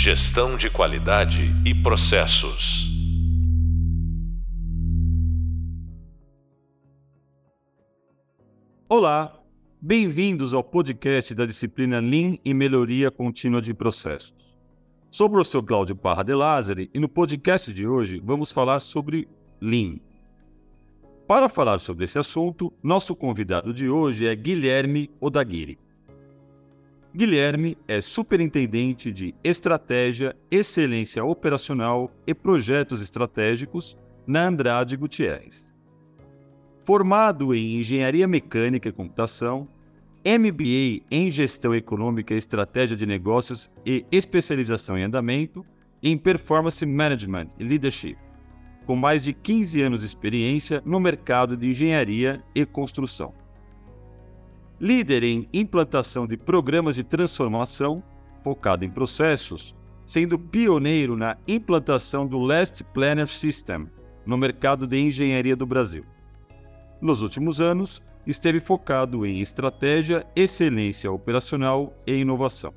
Gestão de qualidade e processos. Olá, bem-vindos ao podcast da disciplina Lean e Melhoria Contínua de Processos. Sou o professor Cláudio Parra de Lázari e no podcast de hoje vamos falar sobre Lean. Para falar sobre esse assunto, nosso convidado de hoje é Guilherme Odaguirre. Guilherme é superintendente de Estratégia, Excelência Operacional e Projetos Estratégicos na Andrade Gutierrez. Formado em Engenharia Mecânica e Computação, MBA em Gestão Econômica e Estratégia de Negócios e especialização em Andamento em Performance Management e Leadership, com mais de 15 anos de experiência no mercado de engenharia e construção. Líder em implantação de programas de transformação focado em processos, sendo pioneiro na implantação do Last Planner System no mercado de engenharia do Brasil. Nos últimos anos, esteve focado em estratégia, excelência operacional e inovação.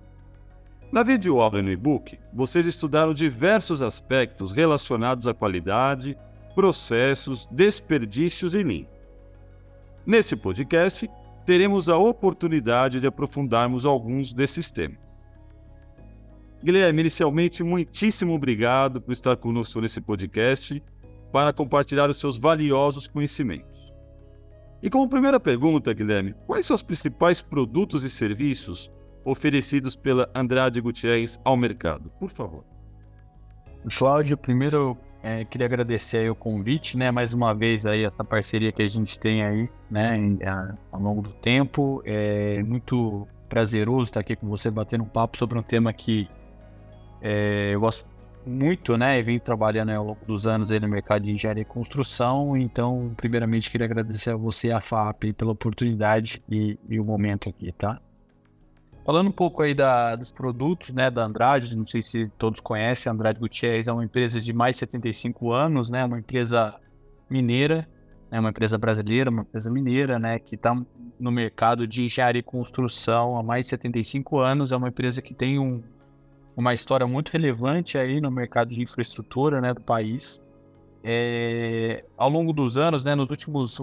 Na videoaula e no e-book, vocês estudaram diversos aspectos relacionados à qualidade, processos, desperdícios e Lean. Nesse podcast, teremos a oportunidade de aprofundarmos alguns desses temas. Guilherme, inicialmente, muitíssimo obrigado por estar conosco nesse podcast para compartilhar os seus valiosos conhecimentos. E como primeira pergunta, Guilherme, quais são os principais produtos e serviços oferecidos pela Andrade Gutierrez ao mercado? Por favor. Cláudio, primeiro queria agradecer aí o convite, né? Mais uma vez aí essa parceria que a gente tem aí, né? Ao longo do tempo. É muito prazeroso estar aqui com você batendo um papo sobre um tema que eu gosto muito, né? E venho trabalhando ao longo dos anos aí no mercado de engenharia e construção. Então, primeiramente, queria agradecer a você e a FAP pela oportunidade e o momento aqui, tá? Falando um pouco aí dos produtos, né, da Andrade, não sei se todos conhecem, a Andrade Gutierrez é uma empresa de mais de 75 anos, né, uma empresa mineira, né, uma empresa brasileira, uma empresa mineira, né, que está no mercado de engenharia e construção há mais de 75 anos, é uma empresa que tem uma história muito relevante aí no mercado de infraestrutura, né, do país. Ao longo dos anos, né, nos últimos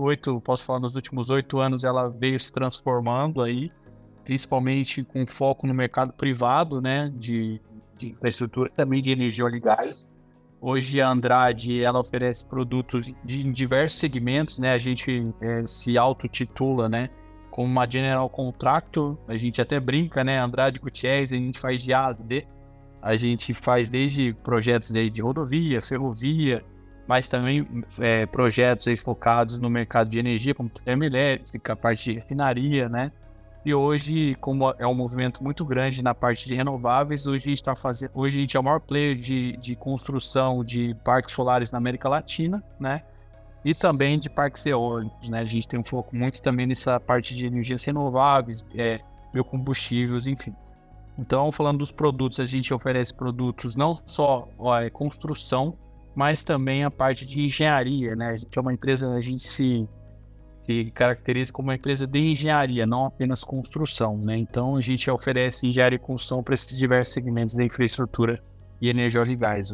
8 anos, ela veio se transformando aí, principalmente com foco no mercado privado, né, de infraestrutura, também de energia e gás. Hoje a Andrade, ela oferece produtos em diversos segmentos, né, a gente se auto-titula, né, como uma General Contractor, a gente até brinca, né, Andrade Gutierrez, a gente faz de A a Z, a gente faz desde projetos de rodovia, ferrovia, mas também projetos aí focados no mercado de energia, como termoelétrica, a parte de refinaria, né, e hoje, como é um movimento muito grande na parte de renováveis, hoje a gente é o maior player de construção de parques solares na América Latina, né? E também de parques eólicos, né? A gente tem um foco muito também nessa parte de energias renováveis, biocombustíveis, enfim. Então, falando dos produtos, a gente oferece produtos não só construção, mas também a parte de engenharia, né? A gente é uma empresa, a gente se caracteriza como uma empresa de engenharia, não apenas construção, né? Então, a gente oferece engenharia e construção para esses diversos segmentos da infraestrutura e energia e gás.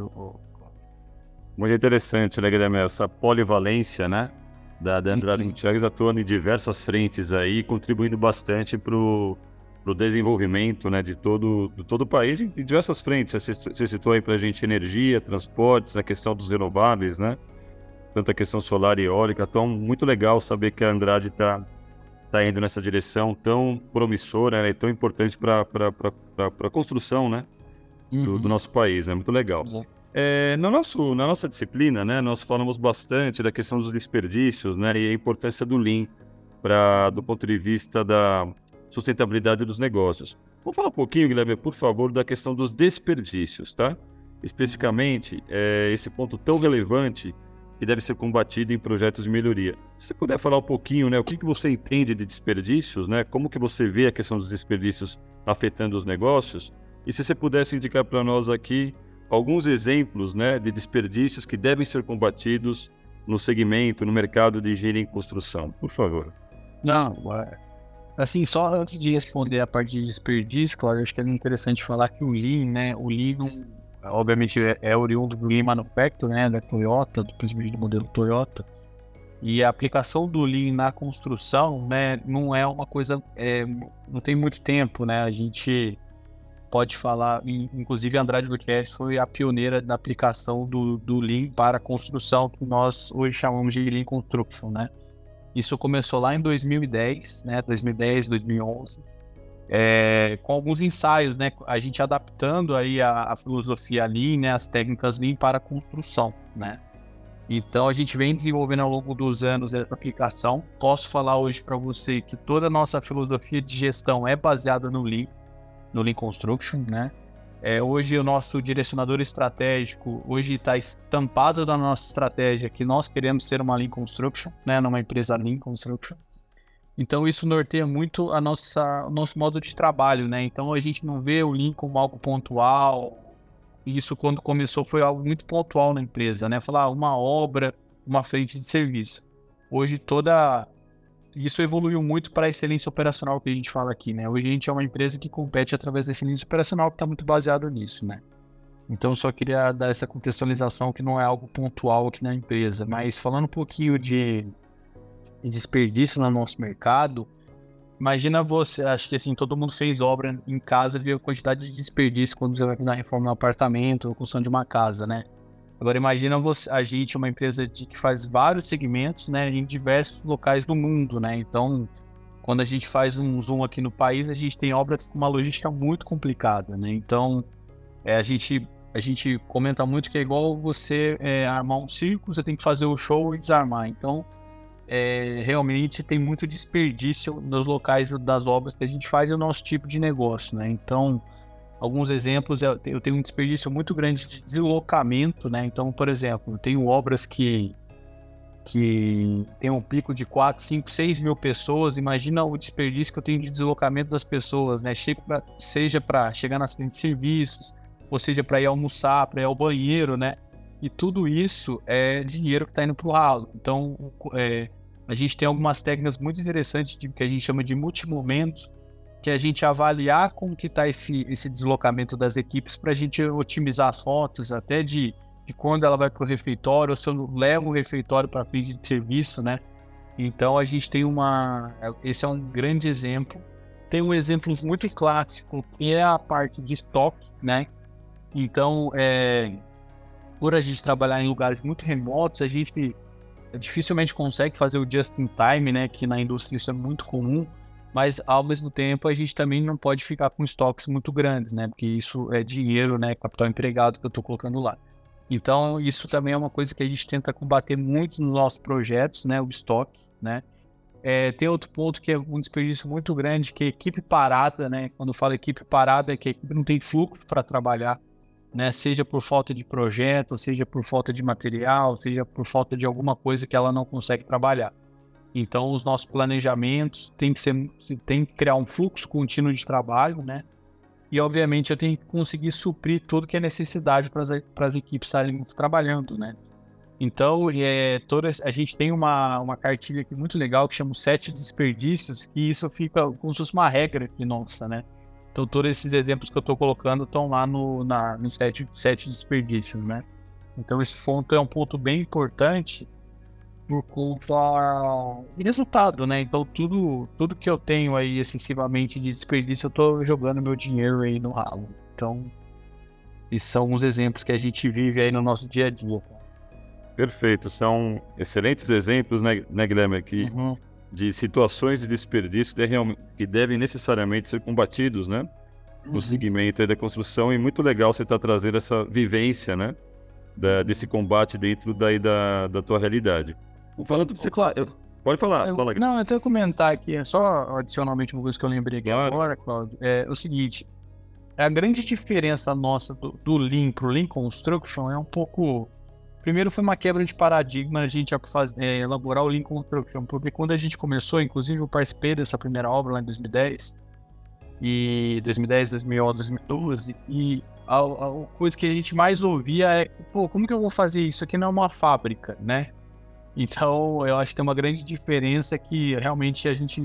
Muito interessante, né, Guilherme? Essa polivalência, né, da Andrade Gutierrez atuando em diversas frentes aí, contribuindo bastante para o desenvolvimento, né, de todo o país em diversas frentes. Você citou aí para a gente energia, transportes, a questão dos renováveis, né? Tanto a questão solar e eólica. Então, muito legal saber que a Andrade está indo nessa direção tão promissora, né, e tão importante para a construção, né, do nosso país. É muito legal. Na nossa disciplina, né, nós falamos bastante da questão dos desperdícios, né, e a importância do Lean do ponto de vista da sustentabilidade dos negócios. Vamos falar um pouquinho, Guilherme, por favor, da questão dos desperdícios, tá? Especificamente, esse ponto tão relevante que deve ser combatido em projetos de melhoria. Se você puder falar um pouquinho, né, o que você entende de desperdícios, né, como que você vê a questão dos desperdícios afetando os negócios, e se você pudesse indicar para nós aqui alguns exemplos, né, de desperdícios que devem ser combatidos no segmento, no mercado de engenharia em construção, por favor. Não, Assim, só antes de responder a parte de desperdício, Cláudio, acho que é interessante falar que o Lean, né, o Lean, obviamente, é oriundo do Lean Manufacturing, né, da Toyota, principalmente do modelo Toyota, e a aplicação do Lean na construção, né, não é uma coisa, não tem muito tempo, né, a gente pode falar, inclusive a Andrade Gutierrez foi a pioneira da aplicação do Lean para a construção, que nós hoje chamamos de Lean Construction, né. Isso começou lá em 2010, né, 2010, 2011, com alguns ensaios, né, a gente adaptando aí a filosofia Lean, né, as técnicas Lean para a construção, né. Então a gente vem desenvolvendo ao longo dos anos essa aplicação. Posso falar hoje para você que toda a nossa filosofia de gestão é baseada no Lean Construction, né. Hoje o nosso direcionador estratégico hoje está estampado na nossa estratégia que nós queremos ser uma Lean Construction, né, numa empresa Lean Construction. Então isso norteia muito o nosso modo de trabalho, né? Então a gente não vê o Lean como algo pontual. Isso quando começou foi algo muito pontual na empresa, né? Falar uma obra, uma frente de serviço. Hoje isso evoluiu muito para a excelência operacional que a gente fala aqui, né? Hoje a gente é uma empresa que compete através da excelência operacional que está muito baseado nisso, né? Então eu só queria dar essa contextualização que não é algo pontual aqui na empresa. Mas falando um pouquinho de desperdício no nosso mercado, imagina você, acho que assim, todo mundo fez obra em casa e viu a quantidade de desperdício quando você vai fazer uma reforma no apartamento ou construção de uma casa, né? Agora imagina a gente, uma empresa que faz vários segmentos, né, em diversos locais do mundo, né? Então, quando a gente faz um zoom aqui no país, a gente tem obras com uma logística muito complicada, né? Então, a gente comenta muito que é igual você armar um circo, você tem que fazer o show e desarmar. Então, realmente tem muito desperdício nos locais das obras que a gente faz e o nosso tipo de negócio, né? Então, alguns exemplos, eu tenho um desperdício muito grande de deslocamento, né? Então, por exemplo, eu tenho obras que tem um pico de 4, 5, 6 mil pessoas. Imagina o desperdício que eu tenho de deslocamento das pessoas, né? Seja para chegar nas frentes de serviços, ou seja para ir almoçar, para ir ao banheiro, né? E tudo isso é dinheiro que está indo para o ralo. Então, a gente tem algumas técnicas muito interessantes que a gente chama de multimomentos, que a gente avaliar como que está esse deslocamento das equipes para a gente otimizar as rotas, até de quando ela vai para o refeitório, ou se eu levo o refeitório para a frente de serviço, né? Então a gente tem esse é um grande exemplo. Tem um exemplo muito clássico, que é a parte de estoque, né? Então, por a gente trabalhar em lugares muito remotos, a gente dificilmente consegue fazer o just in time, né? Que na indústria isso é muito comum. Mas, ao mesmo tempo, a gente também não pode ficar com estoques muito grandes, né? Porque isso é dinheiro, né? Capital empregado que eu estou colocando lá. Então, isso também é uma coisa que a gente tenta combater muito nos nossos projetos, né? O estoque, né? Tem outro ponto que é um desperdício muito grande, que é equipe parada, né? Quando eu falo equipe parada, é que a equipe não tem fluxo para trabalhar, né? Seja por falta de projeto, seja por falta de material, seja por falta de alguma coisa que ela não consegue trabalhar. Então, os nossos planejamentos tem que criar um fluxo contínuo de trabalho, né? E, obviamente, eu tenho que conseguir suprir tudo que é necessidade para as equipes estarem trabalhando, né? Então, a gente tem uma cartilha aqui muito legal que chama 7 desperdícios, e isso fica como se fosse uma regra aqui nossa, né? Então, todos esses exemplos que eu estou colocando estão lá no 7 desperdícios, né? Então, esse ponto é um ponto bem importante por conta de resultado, né? Então, tudo que eu tenho aí excessivamente de desperdício, eu tô jogando meu dinheiro aí no ralo. Então, esses são alguns exemplos que a gente vive aí no nosso dia a dia. Perfeito, são excelentes exemplos, né, Guilherme, aqui, de situações de desperdício que devem necessariamente ser combatidos, né? No segmento aí da construção, e muito legal você estar trazendo essa vivência, né? Desse combate dentro da tua realidade. Falando pra você, claro, pode falar. Não, eu tenho que comentar aqui, só adicionalmente uma coisa que eu lembrei aqui agora, Cláudio, é o seguinte, a grande diferença nossa do Lean pro Lean Construction é um pouco... Primeiro foi uma quebra de paradigma a gente elaborar o Lean Construction, porque quando a gente começou, inclusive eu participei dessa primeira obra lá em 2010, 2011, 2012, e a coisa que a gente mais ouvia é, como que eu vou fazer isso? Aqui não é uma fábrica, né? Então, eu acho que tem uma grande diferença que realmente a gente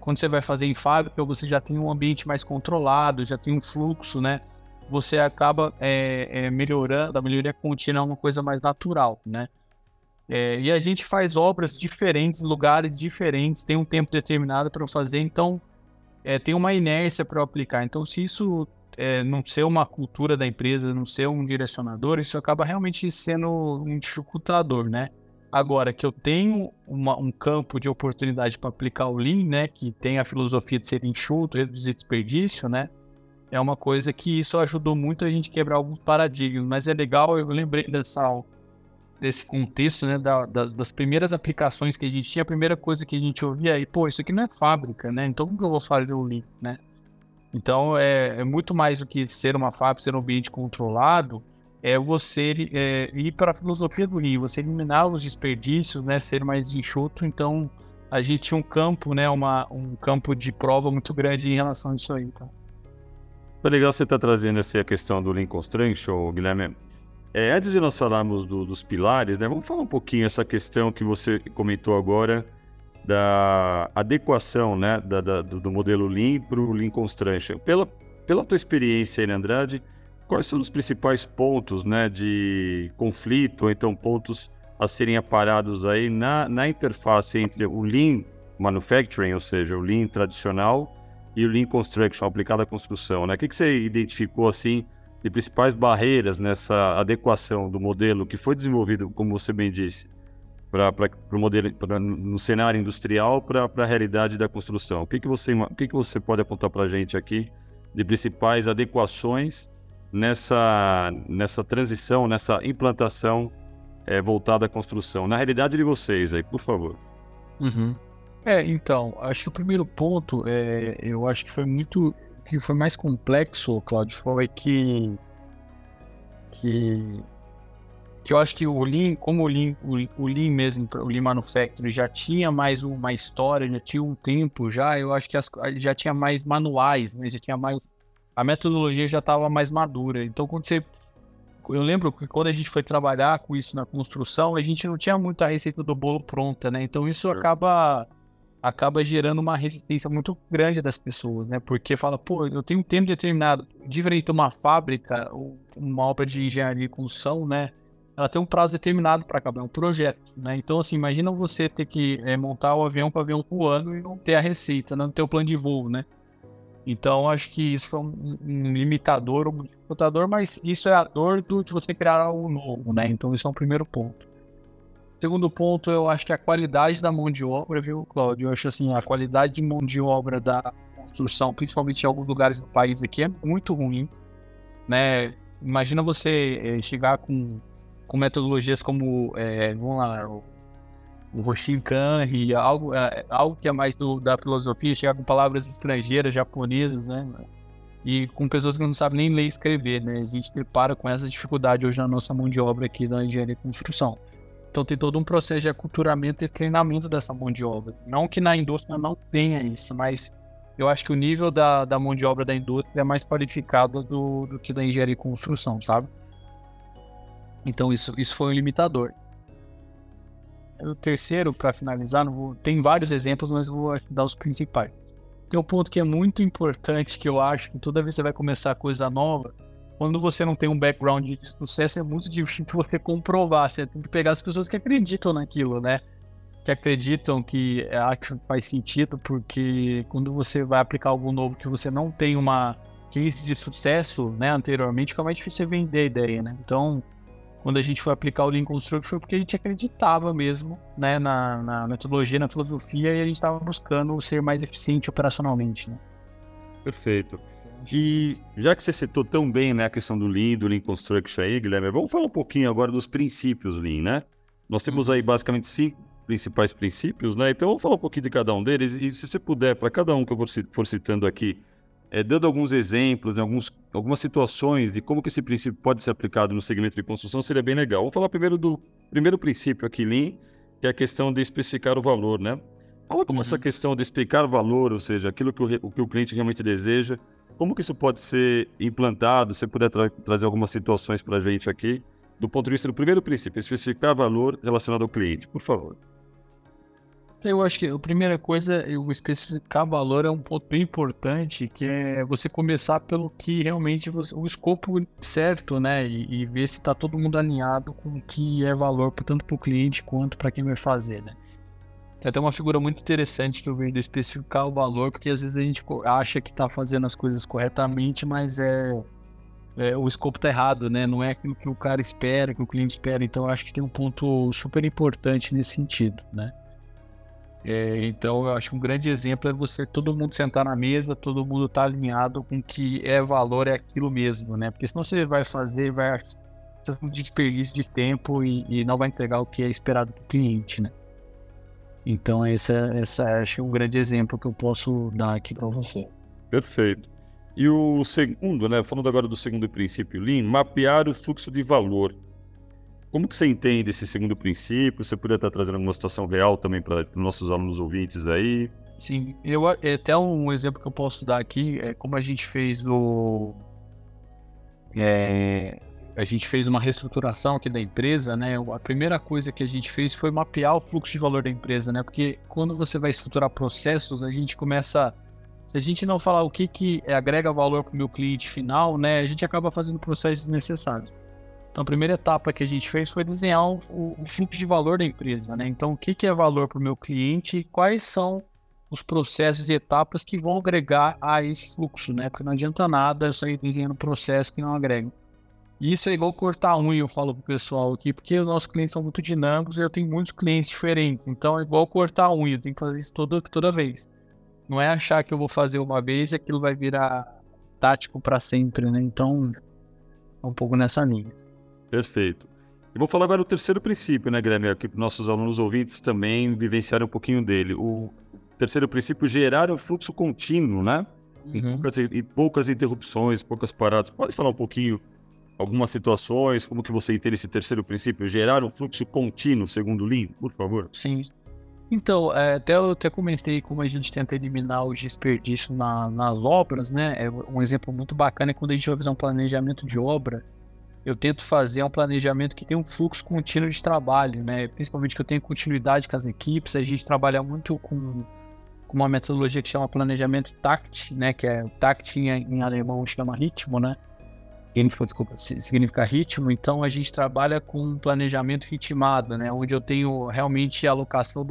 quando você vai fazer em fábrica, você já tem um ambiente mais controlado, já tem um fluxo, né? Você acaba melhorando, a melhoria contínua é uma coisa mais natural, né? E a gente faz obras diferentes, lugares diferentes, tem um tempo determinado para fazer, então tem uma inércia para aplicar. Então, se isso não ser uma cultura da empresa, não ser um direcionador, isso acaba realmente sendo um dificultador, né? Agora, que eu tenho um campo de oportunidade para aplicar o Lean, né? Que tem a filosofia de ser enxuto, reduzir desperdício, né? É uma coisa que isso ajudou muito a gente quebrar alguns paradigmas. Mas é legal, eu lembrei desse contexto, né? Das primeiras aplicações que a gente tinha, a primeira coisa que a gente ouvia aí, pô, isso aqui não é fábrica, né? Então como que eu vou fazer o Lean, né? Então é muito mais do que ser uma fábrica, ser um ambiente controlado, você ir para a filosofia do Lean, você eliminar os desperdícios, né? Ser mais enxuto. Então a gente tinha um campo, né? Um campo de prova muito grande em relação a isso aí, então. Foi legal você estar trazendo essa questão do Lean Construction, Guilherme. Antes de nós falarmos dos pilares, né, vamos falar um pouquinho essa questão que você comentou agora da adequação, né, do modelo Lean para o Lean Construction. Pela tua experiência aí, Andrade, quais são os principais pontos, né, de conflito, ou então pontos a serem aparados aí na interface entre o Lean Manufacturing, ou seja, o Lean tradicional, e o Lean Construction aplicado à construção, né? O que você identificou assim de principais barreiras nessa adequação do modelo que foi desenvolvido, como você bem disse, para o modelo no cenário industrial para a realidade da construção? O que você pode apontar para a gente aqui de principais adequações nessa transição, nessa implantação voltada à construção, na realidade de vocês aí, por favor? Uhum. Então, acho que o primeiro ponto, eu acho que que foi mais complexo, Cláudio, foi que eu acho que o Lean, como o Lean mesmo, o Lean Manufacturing já tinha mais uma história, já tinha um tempo já, eu acho que já tinha mais manuais, né? Já tinha mais, a metodologia já estava mais madura. Então, eu lembro que quando a gente foi trabalhar com isso na construção, a gente não tinha muita receita do bolo pronta, né? Então, isso acaba gerando uma resistência muito grande das pessoas, né? Porque fala, pô, eu tenho um tempo determinado, diferente de uma fábrica, ou uma obra de engenharia e construção, né? Ela tem um prazo determinado para acabar, é um projeto, né? Então, assim, imagina você ter que montar o avião para o avião voando e não ter a receita, não ter o plano de voo, né? Então, acho que isso é um limitador, um dificultador, mas isso é a dor de você criar algo novo, né? Então, isso é um primeiro ponto. Segundo ponto, eu acho que a qualidade da mão de obra, viu, Cláudio? Eu acho assim, a qualidade de mão de obra da construção, principalmente em alguns lugares do país aqui, é muito ruim, né? Imagina você chegar com metodologias como, vamos lá, o Roshinkan, algo que é mais da filosofia, chegar com palavras estrangeiras, japonesas, né? E com pessoas que não sabem nem ler e escrever, né? A gente depara com essa dificuldade hoje na nossa mão de obra aqui na engenharia e construção. Então tem todo um processo de aculturamento e treinamento dessa mão de obra. Não que na indústria não tenha isso, mas eu acho que o nível da mão de obra da indústria é mais qualificado do que da engenharia e construção, sabe? Então isso foi um limitador. O terceiro, para finalizar, tem vários exemplos, mas vou dar os principais. Tem um ponto que é muito importante, que eu acho que toda vez que você vai começar coisa nova, quando você não tem um background de sucesso, é muito difícil você comprovar. Você tem que pegar as pessoas que acreditam naquilo, né? Que acreditam, que acham que faz sentido, porque quando você vai aplicar algo novo que você não tem uma case de sucesso, né, anteriormente, fica mais difícil você vender a ideia, né? Então, quando a gente foi aplicar o Lean Construction, foi porque a gente acreditava mesmo, né, na metodologia, na filosofia, e a gente estava buscando ser mais eficiente operacionalmente, né? Perfeito. E já que você citou tão bem, né, a questão do Lean Construction aí, Guilherme, vamos falar um pouquinho agora dos princípios Lean, né? Nós temos aí basicamente 5 principais princípios, né? Então vamos falar um pouquinho de cada um deles e se você puder, para cada um que eu for citando aqui, dando alguns exemplos, algumas situações de como que esse princípio pode ser aplicado no segmento de construção, seria bem legal. Vamos falar primeiro do primeiro princípio aqui, Lean, que é a questão de especificar o valor, né? Fala como essa questão de explicar o valor, ou seja, aquilo que o cliente realmente deseja, como que isso pode ser implantado? Se você puder trazer algumas situações para a gente aqui, do ponto de vista do primeiro princípio, especificar valor relacionado ao cliente, por favor. Eu acho que a primeira coisa, o especificar valor é um ponto bem importante, que é você começar pelo que realmente o escopo certo, né? E ver se está todo mundo alinhado com o que é valor, tanto para o cliente quanto para quem vai fazer, né? Tem até uma figura muito interessante que eu vejo de especificar o valor, porque às vezes a gente acha que está fazendo as coisas corretamente, mas o escopo está errado, né? Não é aquilo que o cara espera, que o cliente espera. Então eu acho que tem um ponto super importante nesse sentido, né? Então eu acho que um grande exemplo é todo mundo sentar na mesa, todo mundo estar alinhado com que é valor, é aquilo mesmo, né? Porque senão você vai ter um desperdício de tempo e não vai entregar o que é esperado do cliente, né? Então essa acho que é um grande exemplo que eu posso dar aqui para você. Perfeito. E o segundo, né? Falando agora do segundo princípio Lean, mapear o fluxo de valor. Como que você entende esse segundo princípio? Você poderia estar trazendo alguma situação real também para os nossos alunos ouvintes aí? Sim, até um exemplo que eu posso dar aqui é como a gente fez uma reestruturação aqui da empresa, né? A primeira coisa que a gente fez foi mapear o fluxo de valor da empresa, né? Porque quando você vai estruturar processos, a gente começa... Se a gente não falar o que agrega valor para o meu cliente final, né? A gente acaba fazendo processos desnecessários. Então, a primeira etapa que a gente fez foi desenhar o fluxo de valor da empresa, né? Então, o que é valor para o meu cliente e quais são os processos e etapas que vão agregar a esse fluxo, né? Porque não adianta nada eu sair desenhando processo que não agrega. E isso é igual cortar unha, eu falo pro pessoal aqui, porque os nossos clientes são muito dinâmicos e eu tenho muitos clientes diferentes. Então, é igual cortar unha, eu tenho que fazer isso toda vez. Não é achar que eu vou fazer uma vez e aquilo vai virar tático para sempre, né? Então, é um pouco nessa linha. Perfeito. E vou falar agora do terceiro princípio, né, Guilherme? Aqui para nossos alunos ouvintes também vivenciarem um pouquinho dele. O terceiro princípio, gerar um fluxo contínuo, né? E poucas interrupções, poucas paradas. Pode falar um pouquinho, algumas situações, como que você entende esse terceiro princípio? Gerar um fluxo contínuo, segundo o Lean, por favor. Sim. Então, eu até comentei como a gente tenta eliminar os desperdícios nas obras, né? Um exemplo muito bacana é quando a gente vai fazer um planejamento de obra, eu tento fazer um planejamento que tem um fluxo contínuo de trabalho, né? Principalmente que eu tenho continuidade com as equipes, a gente trabalha muito com uma metodologia que chama planejamento TACT, né? Que é TACT em alemão chama ritmo, né? Significa ritmo. Então a gente trabalha com um planejamento ritmado, né? Onde eu tenho realmente a alocação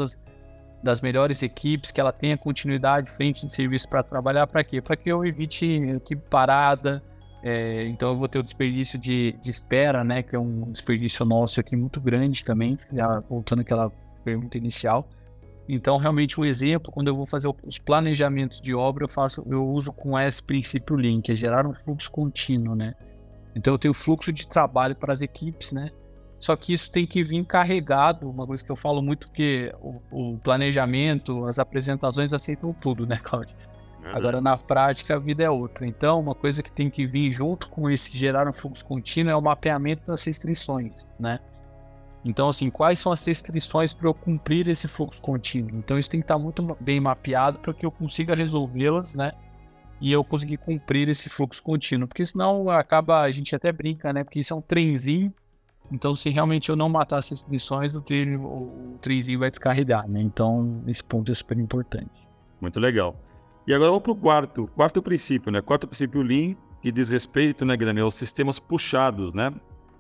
das melhores equipes, que ela tenha continuidade, frente de serviço para trabalhar. Para quê? Para que eu evite equipe parada. Então eu vou ter o desperdício de espera, né? Que é um desperdício nosso aqui muito grande também, já voltando àquela pergunta inicial. Então, realmente, um exemplo, quando eu vou fazer os planejamentos de obra, eu uso com esse princípio Lean, que é gerar um fluxo contínuo, né? Então, eu tenho fluxo de trabalho para as equipes, né? Só que isso tem que vir carregado, uma coisa que eu falo muito, porque o planejamento, as apresentações aceitam tudo, né, Cláudio? Agora, na prática, a vida é outra. Então, uma coisa que tem que vir junto com esse gerar um fluxo contínuo é o mapeamento das restrições, né? Então, assim, quais são as restrições para eu cumprir esse fluxo contínuo? Então, isso tem que estar muito bem mapeado para que eu consiga resolvê-las, né? E eu conseguir cumprir esse fluxo contínuo. Porque senão a gente até brinca, né? Porque isso é um trenzinho. Então, se realmente eu não matar as restrições, o trenzinho vai descarregar, né? Então, esse ponto é super importante. Muito legal. E agora vamos para o quarto princípio, né? Quarto princípio Lean, que diz respeito, né, Guilherme, aos sistemas puxados, né?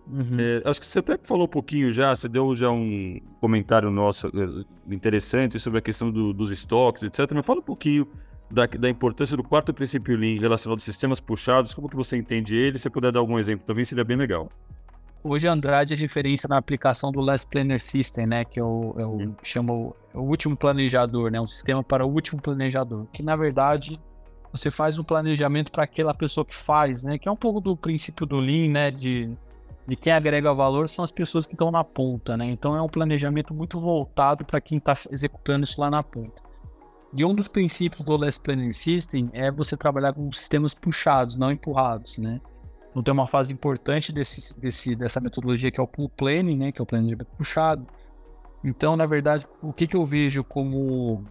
Acho que você até falou um pouquinho você deu já um comentário nosso interessante sobre a questão dos estoques, etc. Mas fala um pouquinho da importância do quarto princípio Lean relacionado aos sistemas puxados, como que você entende ele, se você puder dar algum exemplo também seria bem legal. Hoje a Andrade é referência na aplicação do Last Planner System, né, que eu chamo o último planejador, né, um sistema para o último planejador, que na verdade você faz um planejamento para aquela pessoa que faz, né, que é um pouco do princípio do Lean, né, de quem agrega valor são as pessoas que estão na ponta, né, então é um planejamento muito voltado para quem está executando isso lá na ponta. E um dos princípios do Last Planner System é você trabalhar com sistemas puxados, não empurrados, né. Então tem uma fase importante dessa metodologia que é o pull planning, né, que é o planejamento puxado. Então, na verdade, o que eu vejo como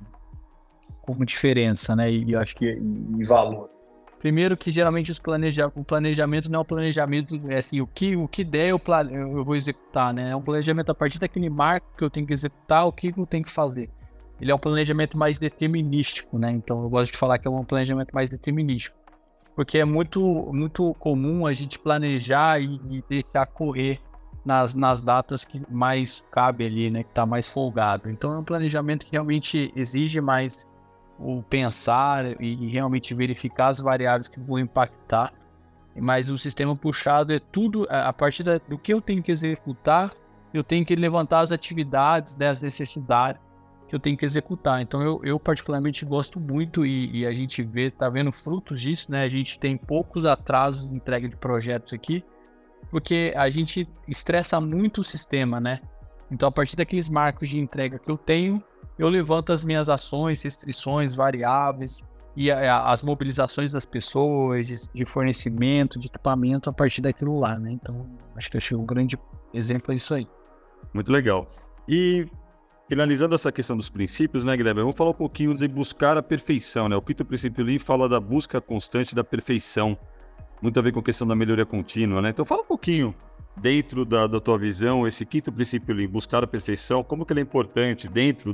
diferença, né, e acho que em valor? Primeiro que geralmente o planejamento não é um planejamento, assim, o que der eu vou executar, né, é um planejamento a partir daquele marco que eu tenho que executar, o que eu tenho que fazer. ele é um planejamento mais determinístico, né? Então eu gosto de falar que é um planejamento mais determinístico, porque é muito, muito comum a gente planejar e deixar correr nas datas que mais cabe ali, né? Que tá mais folgado. Então é um planejamento que realmente exige mais o pensar e realmente verificar as variáveis que vão impactar. Mas o sistema puxado é tudo a partir do que eu tenho que executar, eu tenho que levantar as atividades, né, as necessidades que eu tenho que executar. Então eu particularmente gosto muito e a gente tá vendo frutos disso, né? A gente tem poucos atrasos de entrega de projetos aqui, porque a gente estressa muito o sistema, né? Então a partir daqueles marcos de entrega que eu tenho, eu levanto as minhas ações, restrições, variáveis e as mobilizações das pessoas, de fornecimento, de equipamento a partir daquilo lá, né? Então acho que um grande exemplo é isso aí. Muito legal. E finalizando essa questão dos princípios, né, Guilherme? Vamos falar um pouquinho de buscar a perfeição, né? O quinto princípio Lean fala da busca constante da perfeição. Muito a ver com a questão da melhoria contínua, né? Então fala um pouquinho, dentro da tua visão, esse quinto princípio Lean, buscar a perfeição, como que ele é importante dentro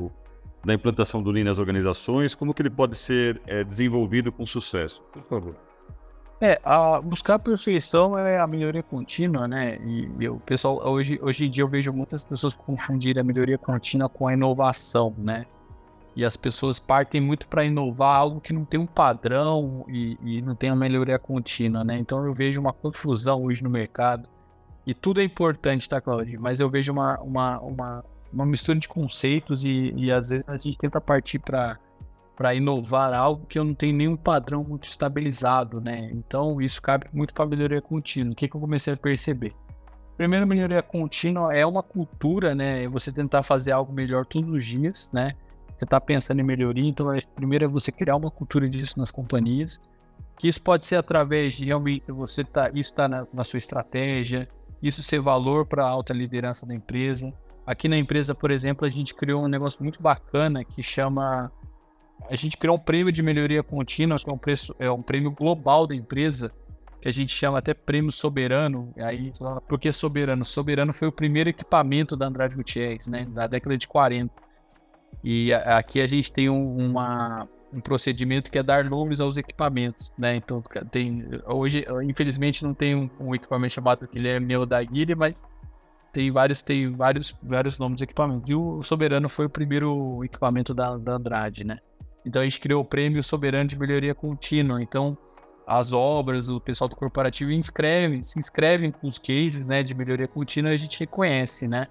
da implantação do Lean nas organizações, como que ele pode ser desenvolvido com sucesso? Por favor. Buscar a perfeição é a melhoria contínua, né? E o pessoal, hoje em dia eu vejo muitas pessoas confundirem a melhoria contínua com a inovação, né? E as pessoas partem muito para inovar algo que não tem um padrão e não tem a melhoria contínua, né? Então eu vejo uma confusão hoje no mercado. E tudo é importante, tá, Claudio? Mas eu vejo uma mistura de conceitos e às vezes a gente tenta partir para inovar algo que eu não tenho nenhum padrão muito estabilizado, né? Então isso cabe muito para a melhoria contínua. O que eu comecei a perceber? Primeiro, a melhoria contínua é uma cultura, né? É você tentar fazer algo melhor todos os dias, né? Você está pensando em melhoria, então primeiro é você criar uma cultura disso nas companhias, que isso pode ser através de realmente isso tá na sua estratégia, isso ser valor para a alta liderança da empresa. Aqui na empresa, por exemplo, a gente criou um negócio muito bacana que a gente criou um prêmio de melhoria contínua, que é um prêmio global da empresa, que a gente chama até prêmio soberano. Aí, por que soberano? Soberano foi o primeiro equipamento da Andrade Gutierrez, né, da década de 40. E aqui a gente tem um procedimento que é dar nomes aos equipamentos, né? Então, hoje, infelizmente, não tem um equipamento chamado Guilherme Odaguiri, mas tem vários nomes de equipamentos. E o Soberano foi o primeiro equipamento da Andrade, né? Então a gente criou o prêmio Soberano de Melhoria Contínua. Então as obras, o pessoal do corporativo se inscrevem com os cases, né, de melhoria contínua, e a gente reconhece, né?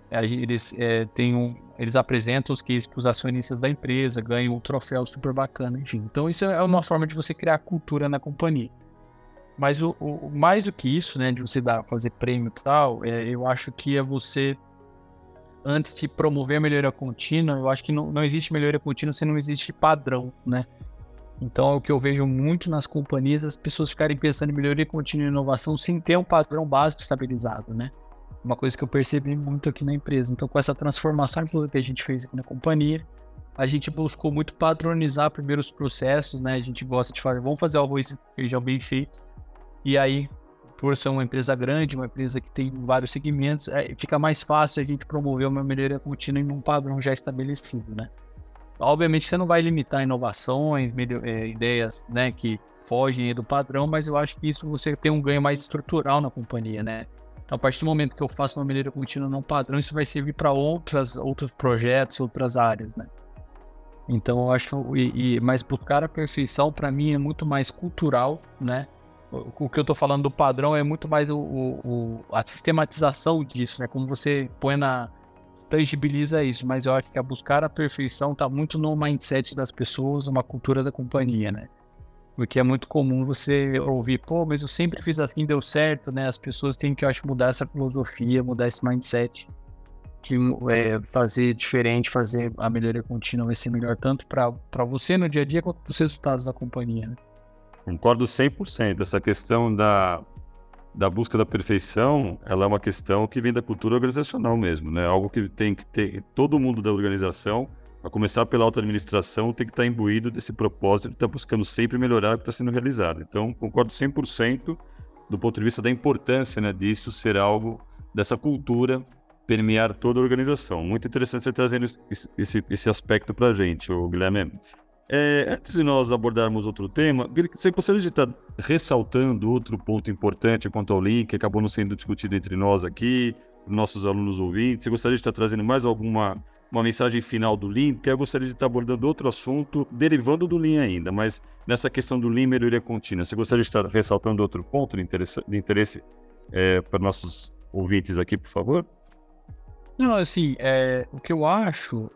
Eles apresentam os cases para os acionistas da empresa, ganham um troféu super bacana, enfim. Então isso é uma forma de você criar cultura na companhia. Mas mais do que isso, né, de você fazer prêmio e tal, eu acho que é você, antes de promover a melhoria contínua, eu acho que não existe melhoria contínua se não existe padrão, né? Então, o que eu vejo muito nas companhias, as pessoas ficarem pensando em melhoria contínua e inovação sem ter um padrão básico estabilizado, né? Uma coisa que eu percebi muito aqui na empresa. Então, com essa transformação que a gente fez aqui na companhia, a gente buscou muito padronizar primeiro os processos, né? A gente gosta de falar, vamos fazer o arroz e feijão bem feito. E aí, por ser uma empresa grande, uma empresa que tem vários segmentos, fica mais fácil a gente promover uma melhoria contínua em um padrão já estabelecido, né? Obviamente, você não vai limitar inovações, ideias, né, que fogem do padrão, mas eu acho que isso você tem um ganho mais estrutural na companhia, né? Então, a partir do momento que eu faço uma melhoria contínua num padrão, isso vai servir para outros projetos, outras áreas, né? Então, eu acho que mas buscar a perfeição, para mim, é muito mais cultural, né? O que eu estou falando do padrão é muito mais a sistematização disso, né? Como você tangibiliza isso, mas eu acho que a buscar a perfeição está muito no mindset das pessoas, uma cultura da companhia, né? Porque é muito comum você ouvir, pô, mas eu sempre fiz assim, deu certo, né? As pessoas têm que, eu acho, mudar essa filosofia, mudar esse mindset, que fazer diferente, fazer a melhoria contínua vai ser melhor tanto para você no dia a dia quanto para os resultados da companhia, né? Concordo 100%. Essa questão da busca da perfeição, ela é uma questão que vem da cultura organizacional mesmo, né? Algo que tem que ter, todo mundo da organização, a começar pela alta administração, tem que estar imbuído desse propósito de estar buscando sempre melhorar o que está sendo realizado. Então, concordo 100% do ponto de vista da importância, né, disso ser algo, dessa cultura permear toda a organização. Muito interessante você trazendo esse aspecto para a gente, Guilherme. Antes de nós abordarmos outro tema, você gostaria de estar ressaltando outro ponto importante quanto ao Lean, que acabou não sendo discutido entre nós aqui, nossos alunos ouvintes? Você gostaria de estar trazendo mais uma mensagem final do Lean? Porque eu gostaria de estar abordando outro assunto, derivando do Lean ainda, mas nessa questão do Lean melhoria contínua. Você gostaria de estar ressaltando outro ponto de interesse para nossos ouvintes aqui, por favor? Não, assim, o que eu acho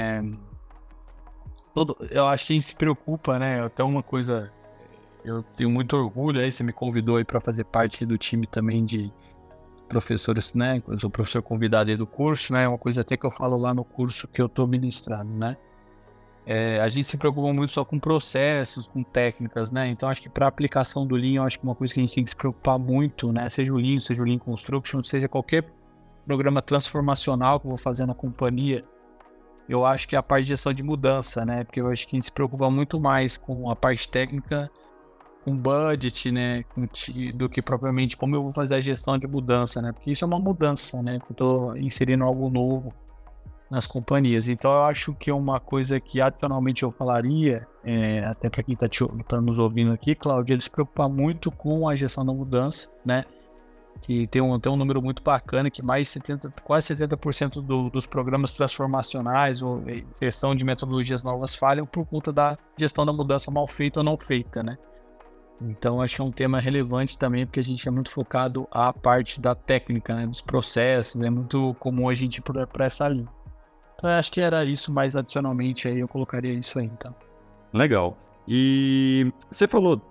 eu acho que a gente se preocupa, né? Até uma coisa, eu tenho muito orgulho, aí você me convidou aí para fazer parte do time também de professores, né? Eu sou professor convidado aí do curso, né? Uma coisa até que eu falo lá no curso que eu tô ministrando, né? A gente se preocupa muito só com processos, com técnicas, né? Então acho que para aplicação do Lean, eu acho que uma coisa que a gente tem que se preocupar muito, né? Seja o Lean Construction, seja qualquer programa transformacional que eu vou fazer na companhia, eu acho que é a parte de gestão de mudança, né? Porque eu acho que a gente se preocupa muito mais com a parte técnica, com budget, né? Do que propriamente como eu vou fazer a gestão de mudança, né? Porque isso é uma mudança, né? Eu estou inserindo algo novo nas companhias. Então eu acho que é uma coisa que adicionalmente eu falaria, até para quem está nos ouvindo aqui, Cláudio, ele se preocupar muito com a gestão da mudança, né? Que tem um número muito bacana, que quase 70% dos programas transformacionais ou inserção de metodologias novas falham por conta da gestão da mudança mal feita ou não feita, né? Então, acho que é um tema relevante também, porque a gente é muito focado à parte da técnica, né, dos processos, é muito comum a gente ir para essa linha. Então, eu acho que era isso, mas adicionalmente aí eu colocaria isso aí, então. Legal. E você falou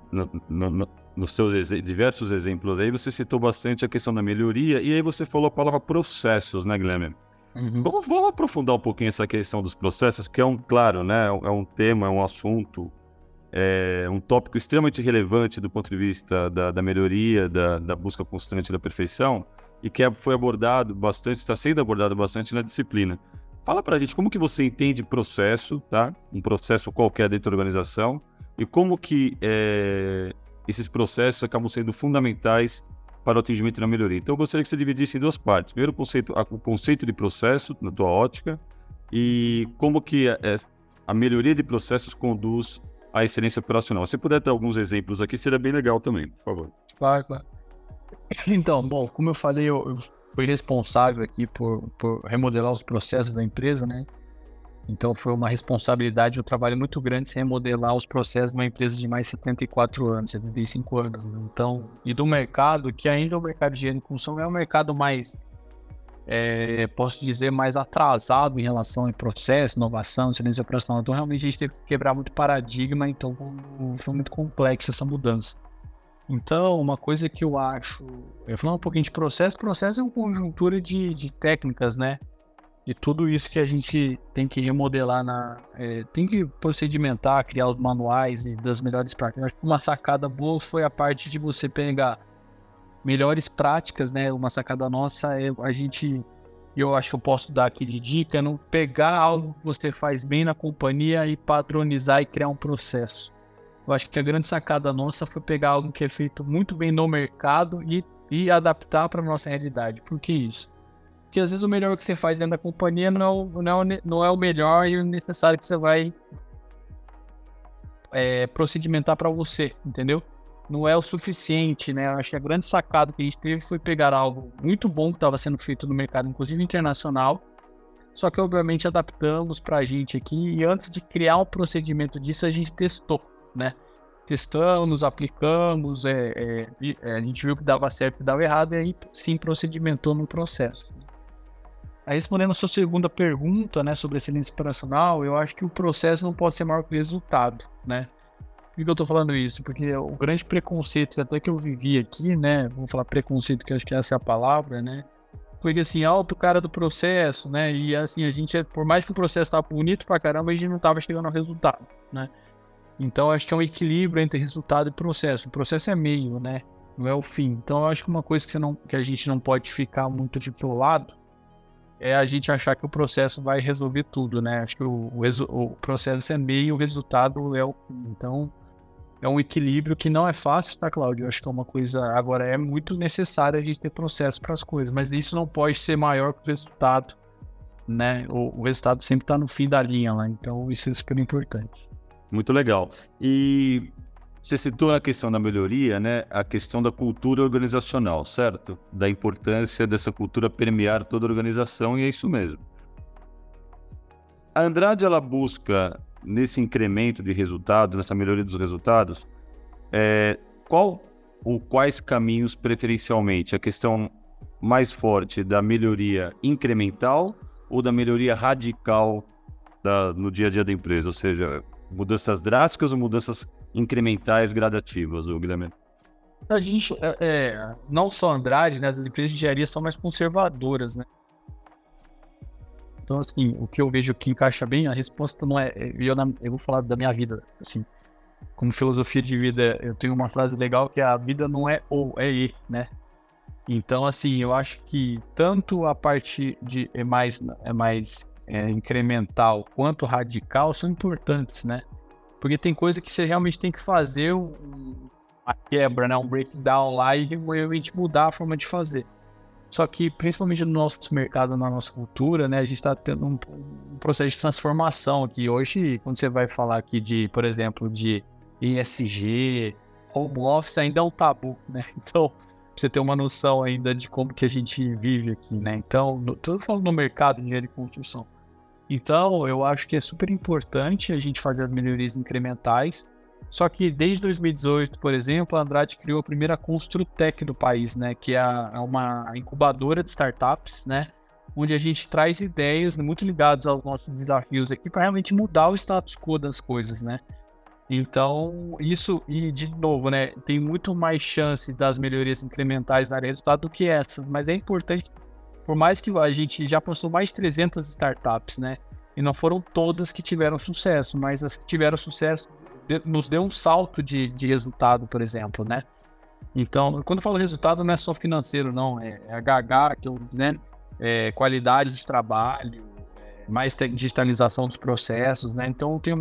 nos seus diversos exemplos aí, você citou bastante a questão da melhoria, e aí você falou a palavra processos, né, Guilherme? Uhum. Vamos aprofundar um pouquinho essa questão dos processos, que claro, né, é um tema, é um assunto, um tópico extremamente relevante do ponto de vista da melhoria, da busca constante da perfeição, e que foi abordado bastante, está sendo abordado bastante na disciplina. Fala pra gente como que você entende processo, tá? Um processo qualquer dentro da organização, e como que esses processos acabam sendo fundamentais para o atingimento da melhoria. Então, eu gostaria que você dividisse em duas partes. Primeiro, o conceito de processo, na tua ótica, e como que a melhoria de processos conduz à excelência operacional. Se puder dar alguns exemplos aqui, seria bem legal também, por favor. Claro. Então, bom, como eu falei, eu fui responsável aqui por remodelar os processos da empresa, né? Então foi uma responsabilidade, um trabalho muito grande se remodelar os processos de uma empresa de mais de 74 anos, 75 anos. Né? Então, e do mercado, que ainda o mercado de higiene e construção é um mercado mais, posso dizer, mais atrasado em relação a processo, inovação, excelência operacional. Então realmente a gente teve que quebrar muito paradigma, então foi muito complexo essa mudança. Então, uma coisa que eu acho, falando um pouquinho de processo é uma conjuntura de técnicas, né? E tudo isso que a gente tem que remodelar, tem que procedimentar, criar os manuais e das melhores práticas. Eu acho que uma sacada boa foi a parte de você pegar melhores práticas, né? Uma sacada nossa eu acho que eu posso dar aqui de dica, não pegar algo que você faz bem na companhia e padronizar e criar um processo. Eu acho que a grande sacada nossa foi pegar algo que é feito muito bem no mercado e adaptar para a nossa realidade. Por que isso? Porque às vezes o melhor que você faz dentro da companhia não é o melhor e o necessário que você vai procedimentar para você, entendeu? Não é o suficiente, né? Eu acho que a grande sacada que a gente teve foi pegar algo muito bom que estava sendo feito no mercado, inclusive internacional, só que obviamente adaptamos para a gente aqui e antes de criar um procedimento disso a gente testou, né? Testamos, aplicamos, a gente viu que dava certo e dava errado e aí sim procedimentou no processo. Aí, respondendo a sua segunda pergunta, né, sobre excelência operacional, eu acho que o processo não pode ser maior que o resultado, né? Por que eu tô falando isso? Porque o grande preconceito, até que eu vivi aqui, né, vou falar preconceito, que eu acho que essa é a palavra, né, porque assim, o cara do processo, né, e assim, a gente, por mais que o processo tava bonito pra caramba, a gente não tava chegando ao resultado, né? Então, acho que é um equilíbrio entre resultado e processo. O processo é meio, né, não é o fim. Então, eu acho que uma coisa que a gente não pode ficar muito de pro lado é a gente achar que o processo vai resolver tudo, né? Acho que o processo é meio, o resultado é o fim. Então, é um equilíbrio que não é fácil, tá, Cláudio? Eu acho que é uma coisa, agora é muito necessário a gente ter processo para as coisas, mas isso não pode ser maior que o resultado, né? O resultado sempre está no fim da linha lá, então isso é super importante. Muito legal. E você citou a questão da melhoria, né? A questão da cultura organizacional, certo? Da importância dessa cultura permear toda a organização, e é isso mesmo. A Andrade, ela busca, nesse incremento de resultados, nessa melhoria dos resultados, qual ou quais caminhos preferencialmente? A questão mais forte da melhoria incremental ou da melhoria radical no dia a dia da empresa? Ou seja, mudanças drásticas ou mudanças incrementais gradativas, Guilherme? A gente, não só Andrade, né? As empresas de engenharia são mais conservadoras, né? Então, assim, o que eu vejo que encaixa bem, a resposta não é... Eu vou falar da minha vida, assim, como filosofia de vida, eu tenho uma frase legal que a vida não é ou, é e, né? Então, assim, eu acho que tanto a parte de mais incremental quanto radical são importantes, né? Porque tem coisa que você realmente tem que fazer uma quebra, né? Um breakdown lá e realmente mudar a forma de fazer. Só que, principalmente no nosso mercado, na nossa cultura, né? A gente está tendo um processo de transformação aqui. Hoje, quando você vai falar aqui de, por exemplo, de ESG, home office ainda é um tabu, né? Então, pra você ter uma noção ainda de como que a gente vive aqui, né? Então, tô falando no mercado de engenharia de construção. Então, eu acho que é super importante a gente fazer as melhorias incrementais. Só que desde 2018, por exemplo, a Andrade criou a primeira Construtec do país, né? Que é uma incubadora de startups, né? Onde a gente traz ideias muito ligadas aos nossos desafios aqui para realmente mudar o status quo das coisas, né? Então, isso, e de novo, né? Tem muito mais chance das melhorias incrementais na área de resultado do que essas, mas é importante, por mais que a gente já passou mais de 300 startups, né? E não foram todas que tiveram sucesso, mas as que tiveram sucesso nos deu um salto de resultado, por exemplo, né? Então, quando eu falo resultado, não é só financeiro, não. É HH, né? Qualidade de trabalho, mais digitalização dos processos, né? Então, tem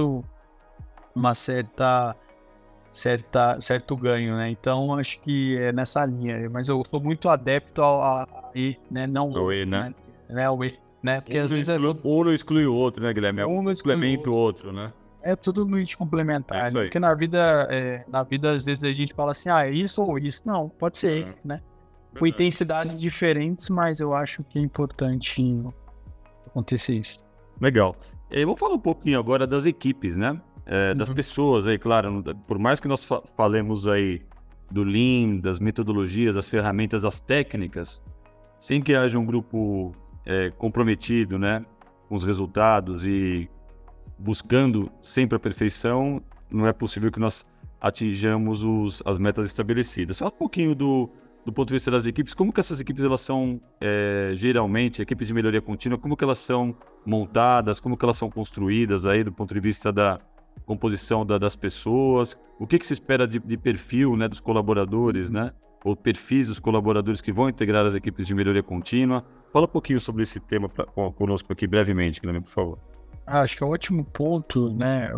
certo ganho, né? Então, acho que é nessa linha. Mas eu sou muito adepto ao E, né? Não O E, né? O E, né? Porque às vezes um não exclui o outro, né, Guilherme? Um não complementa o outro, né? É tudo muito complementar, né? Porque na vida, às vezes a gente fala assim, é isso ou isso. Não, pode ser, né? Com intensidades diferentes, mas eu acho que é importante acontecer isso. Legal. Vamos falar um pouquinho agora das equipes, né? Das pessoas aí, claro. Por mais que nós falemos aí do Lean, das metodologias, das ferramentas, das técnicas, sem que haja um grupo comprometido, né? Com os resultados e buscando sempre a perfeição, não é possível que nós atinjamos as metas estabelecidas. Fala um pouquinho do ponto de vista das equipes, como que essas equipes elas são, geralmente, equipes de melhoria contínua, como que elas são montadas, como que elas são construídas aí do ponto de vista da composição das pessoas, o que se espera de perfil, né, dos colaboradores, né, ou perfis dos colaboradores que vão integrar as equipes de melhoria contínua. Fala um pouquinho sobre esse tema conosco aqui brevemente, Guilherme, por favor. Acho que é um ótimo ponto, né?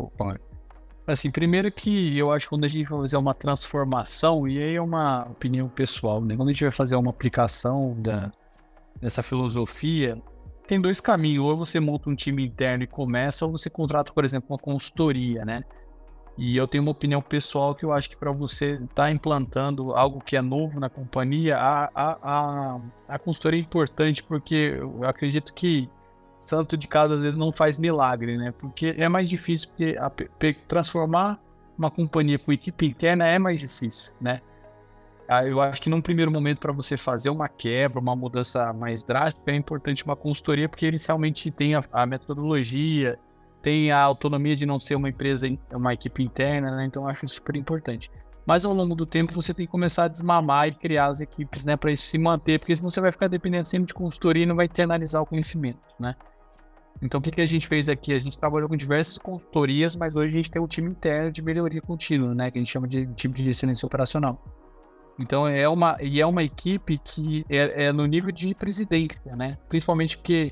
Assim, primeiro que eu acho que quando a gente vai fazer uma transformação, e aí é uma opinião pessoal, né? Quando a gente vai fazer uma aplicação dessa filosofia, tem dois caminhos. Ou você monta um time interno e começa, ou você contrata, por exemplo, uma consultoria, né? E eu tenho uma opinião pessoal que eu acho que para você estar implantando algo que é novo na companhia, a consultoria é importante, porque eu acredito que santo de casa às vezes não faz milagre, né? Porque é mais difícil, porque transformar uma companhia com equipe interna é mais difícil, né? Eu acho que num primeiro momento, para você fazer uma quebra, uma mudança mais drástica, é importante uma consultoria, porque eles realmente têm a metodologia, tem a autonomia de não ser uma empresa, uma equipe interna, né? Então eu acho super importante. Mas ao longo do tempo você tem que começar a desmamar e criar as equipes, né, para isso se manter, porque senão você vai ficar dependendo sempre de consultoria e não vai internalizar o conhecimento, né? Então o que a gente fez aqui? A gente trabalhou com diversas consultorias, mas hoje a gente tem um time interno de melhoria contínua, né, que a gente chama de time de excelência operacional. Então é uma equipe que é no nível de presidência, né? Principalmente porque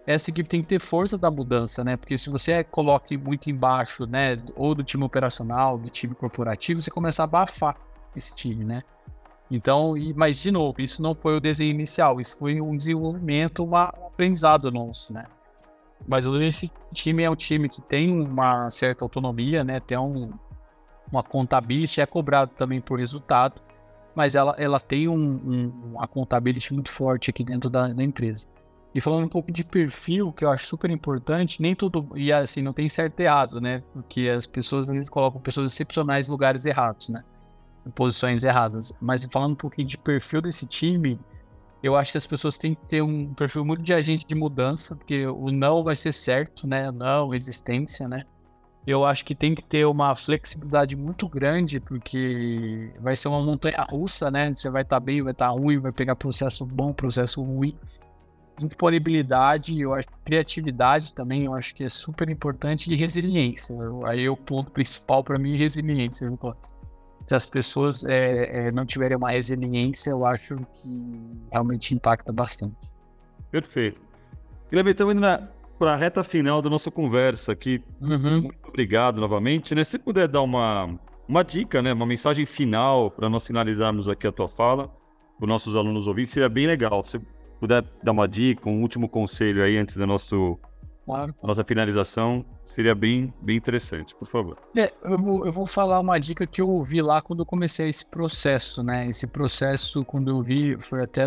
essa equipe tem que ter força da mudança, né? Porque se você coloca muito embaixo, né, ou do time operacional, do time corporativo, você começa a abafar esse time, né? Então, mas de novo, isso não foi o desenho inicial, isso foi um desenvolvimento, um aprendizado nosso, né? Mas hoje esse time é um time que tem uma certa autonomia, né? Tem uma contabilidade, é cobrado também por resultado, mas ela tem uma contabilidade muito forte aqui dentro da empresa. E falando um pouco de perfil, que eu acho super importante, nem tudo, e assim, não tem certo e errado, né? Porque as pessoas às vezes colocam pessoas excepcionais em lugares errados, né? Em posições erradas. Mas falando um pouquinho de perfil desse time, eu acho que as pessoas têm que ter um perfil muito de agente de mudança, porque o não vai ser certo, né? Não, resistência, né? Eu acho que tem que ter uma flexibilidade muito grande, porque vai ser uma montanha-russa, né? Você vai estar bem, vai estar ruim, vai pegar processo bom, processo ruim. Disponibilidade, eu acho, criatividade também, eu acho que é super importante, e resiliência. Aí o ponto principal para mim é resiliência. Se as pessoas não tiverem uma resiliência, eu acho que realmente impacta bastante. Perfeito. Guilherme, estamos indo para a reta final da nossa conversa aqui. Muito obrigado novamente, né? Se puder dar uma dica, né? Uma mensagem final para nós finalizarmos aqui a tua fala, para os nossos alunos ouvirem, seria bem legal. Se puder dar uma dica, um último conselho aí antes da nossa finalização, seria bem interessante, por favor. Eu vou falar uma dica que eu ouvi lá quando eu comecei esse processo, né? Esse processo, quando eu vi, foi até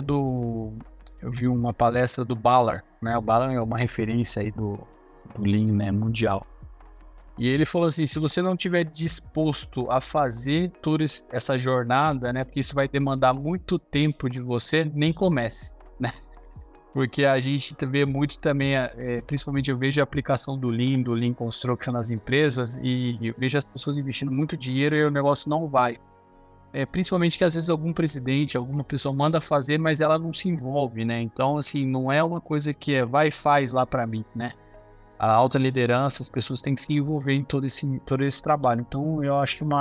eu vi uma palestra do Ballard, né? O Ballard é uma referência aí do Lean, né, mundial. E ele falou assim, se você não estiver disposto a fazer toda essa jornada, né? Porque isso vai demandar muito tempo de você, nem comece, né? Porque a gente vê muito também, principalmente eu vejo a aplicação do Lean Construction nas empresas, e eu vejo as pessoas investindo muito dinheiro e o negócio não vai. Principalmente que às vezes algum presidente, alguma pessoa manda fazer, mas ela não se envolve, né? Então, assim, não é uma coisa que vai e faz lá para mim, né? A alta liderança, as pessoas têm que se envolver em todo esse trabalho. Então, eu acho que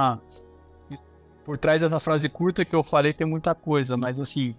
por trás dessa frase curta que eu falei tem muita coisa, mas assim,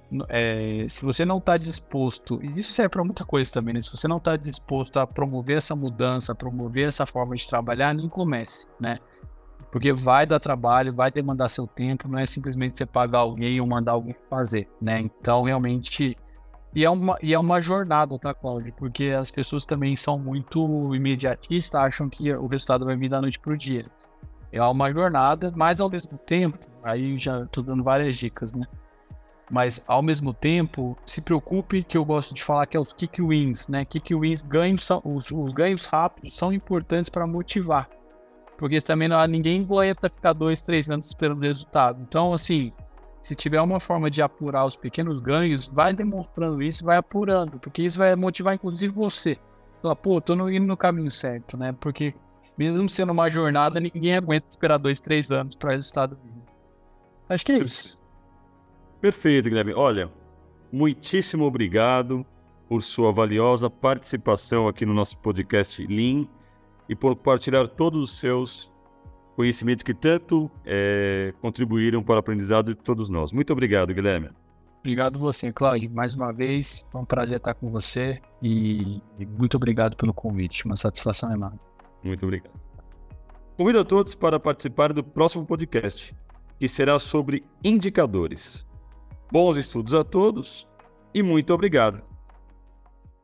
se você não está disposto, e isso serve para muita coisa também, né? Se você não está disposto a promover essa mudança, a promover essa forma de trabalhar, nem comece, né? Porque vai dar trabalho, vai demandar seu tempo, não é simplesmente você pagar alguém ou mandar alguém fazer, né? Então, realmente, e é uma jornada, tá, Cláudio? Porque as pessoas também são muito imediatistas, acham que o resultado vai vir da noite pro dia. É uma jornada, mas ao mesmo tempo, aí já tô dando várias dicas, né? Mas, ao mesmo tempo, se preocupe, que eu gosto de falar que é os kick wins, né? Kick wins, os ganhos rápidos são importantes para motivar. Porque também ninguém ganha para ficar 2, 3 anos esperando o resultado. Então, assim, se tiver uma forma de apurar os pequenos ganhos, vai demonstrando isso, vai apurando. Porque isso vai motivar, inclusive, você. Fala, pô, tô indo no caminho certo, né? Porque, mesmo sendo uma jornada, ninguém aguenta esperar 2, 3 anos para o resultado. Acho que é isso. Perfeito, Guilherme. Olha, muitíssimo obrigado por sua valiosa participação aqui no nosso podcast Lean e por compartilhar todos os seus conhecimentos que tanto contribuíram para o aprendizado de todos nós. Muito obrigado, Guilherme. Obrigado você, Cláudio. Mais uma vez, foi um prazer estar com você e muito obrigado pelo convite. Uma satisfação enorme. Muito obrigado. Convido a todos para participar do próximo podcast, que será sobre indicadores. Bons estudos a todos e muito obrigado.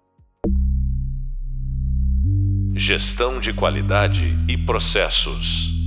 Gestão de qualidade e processos.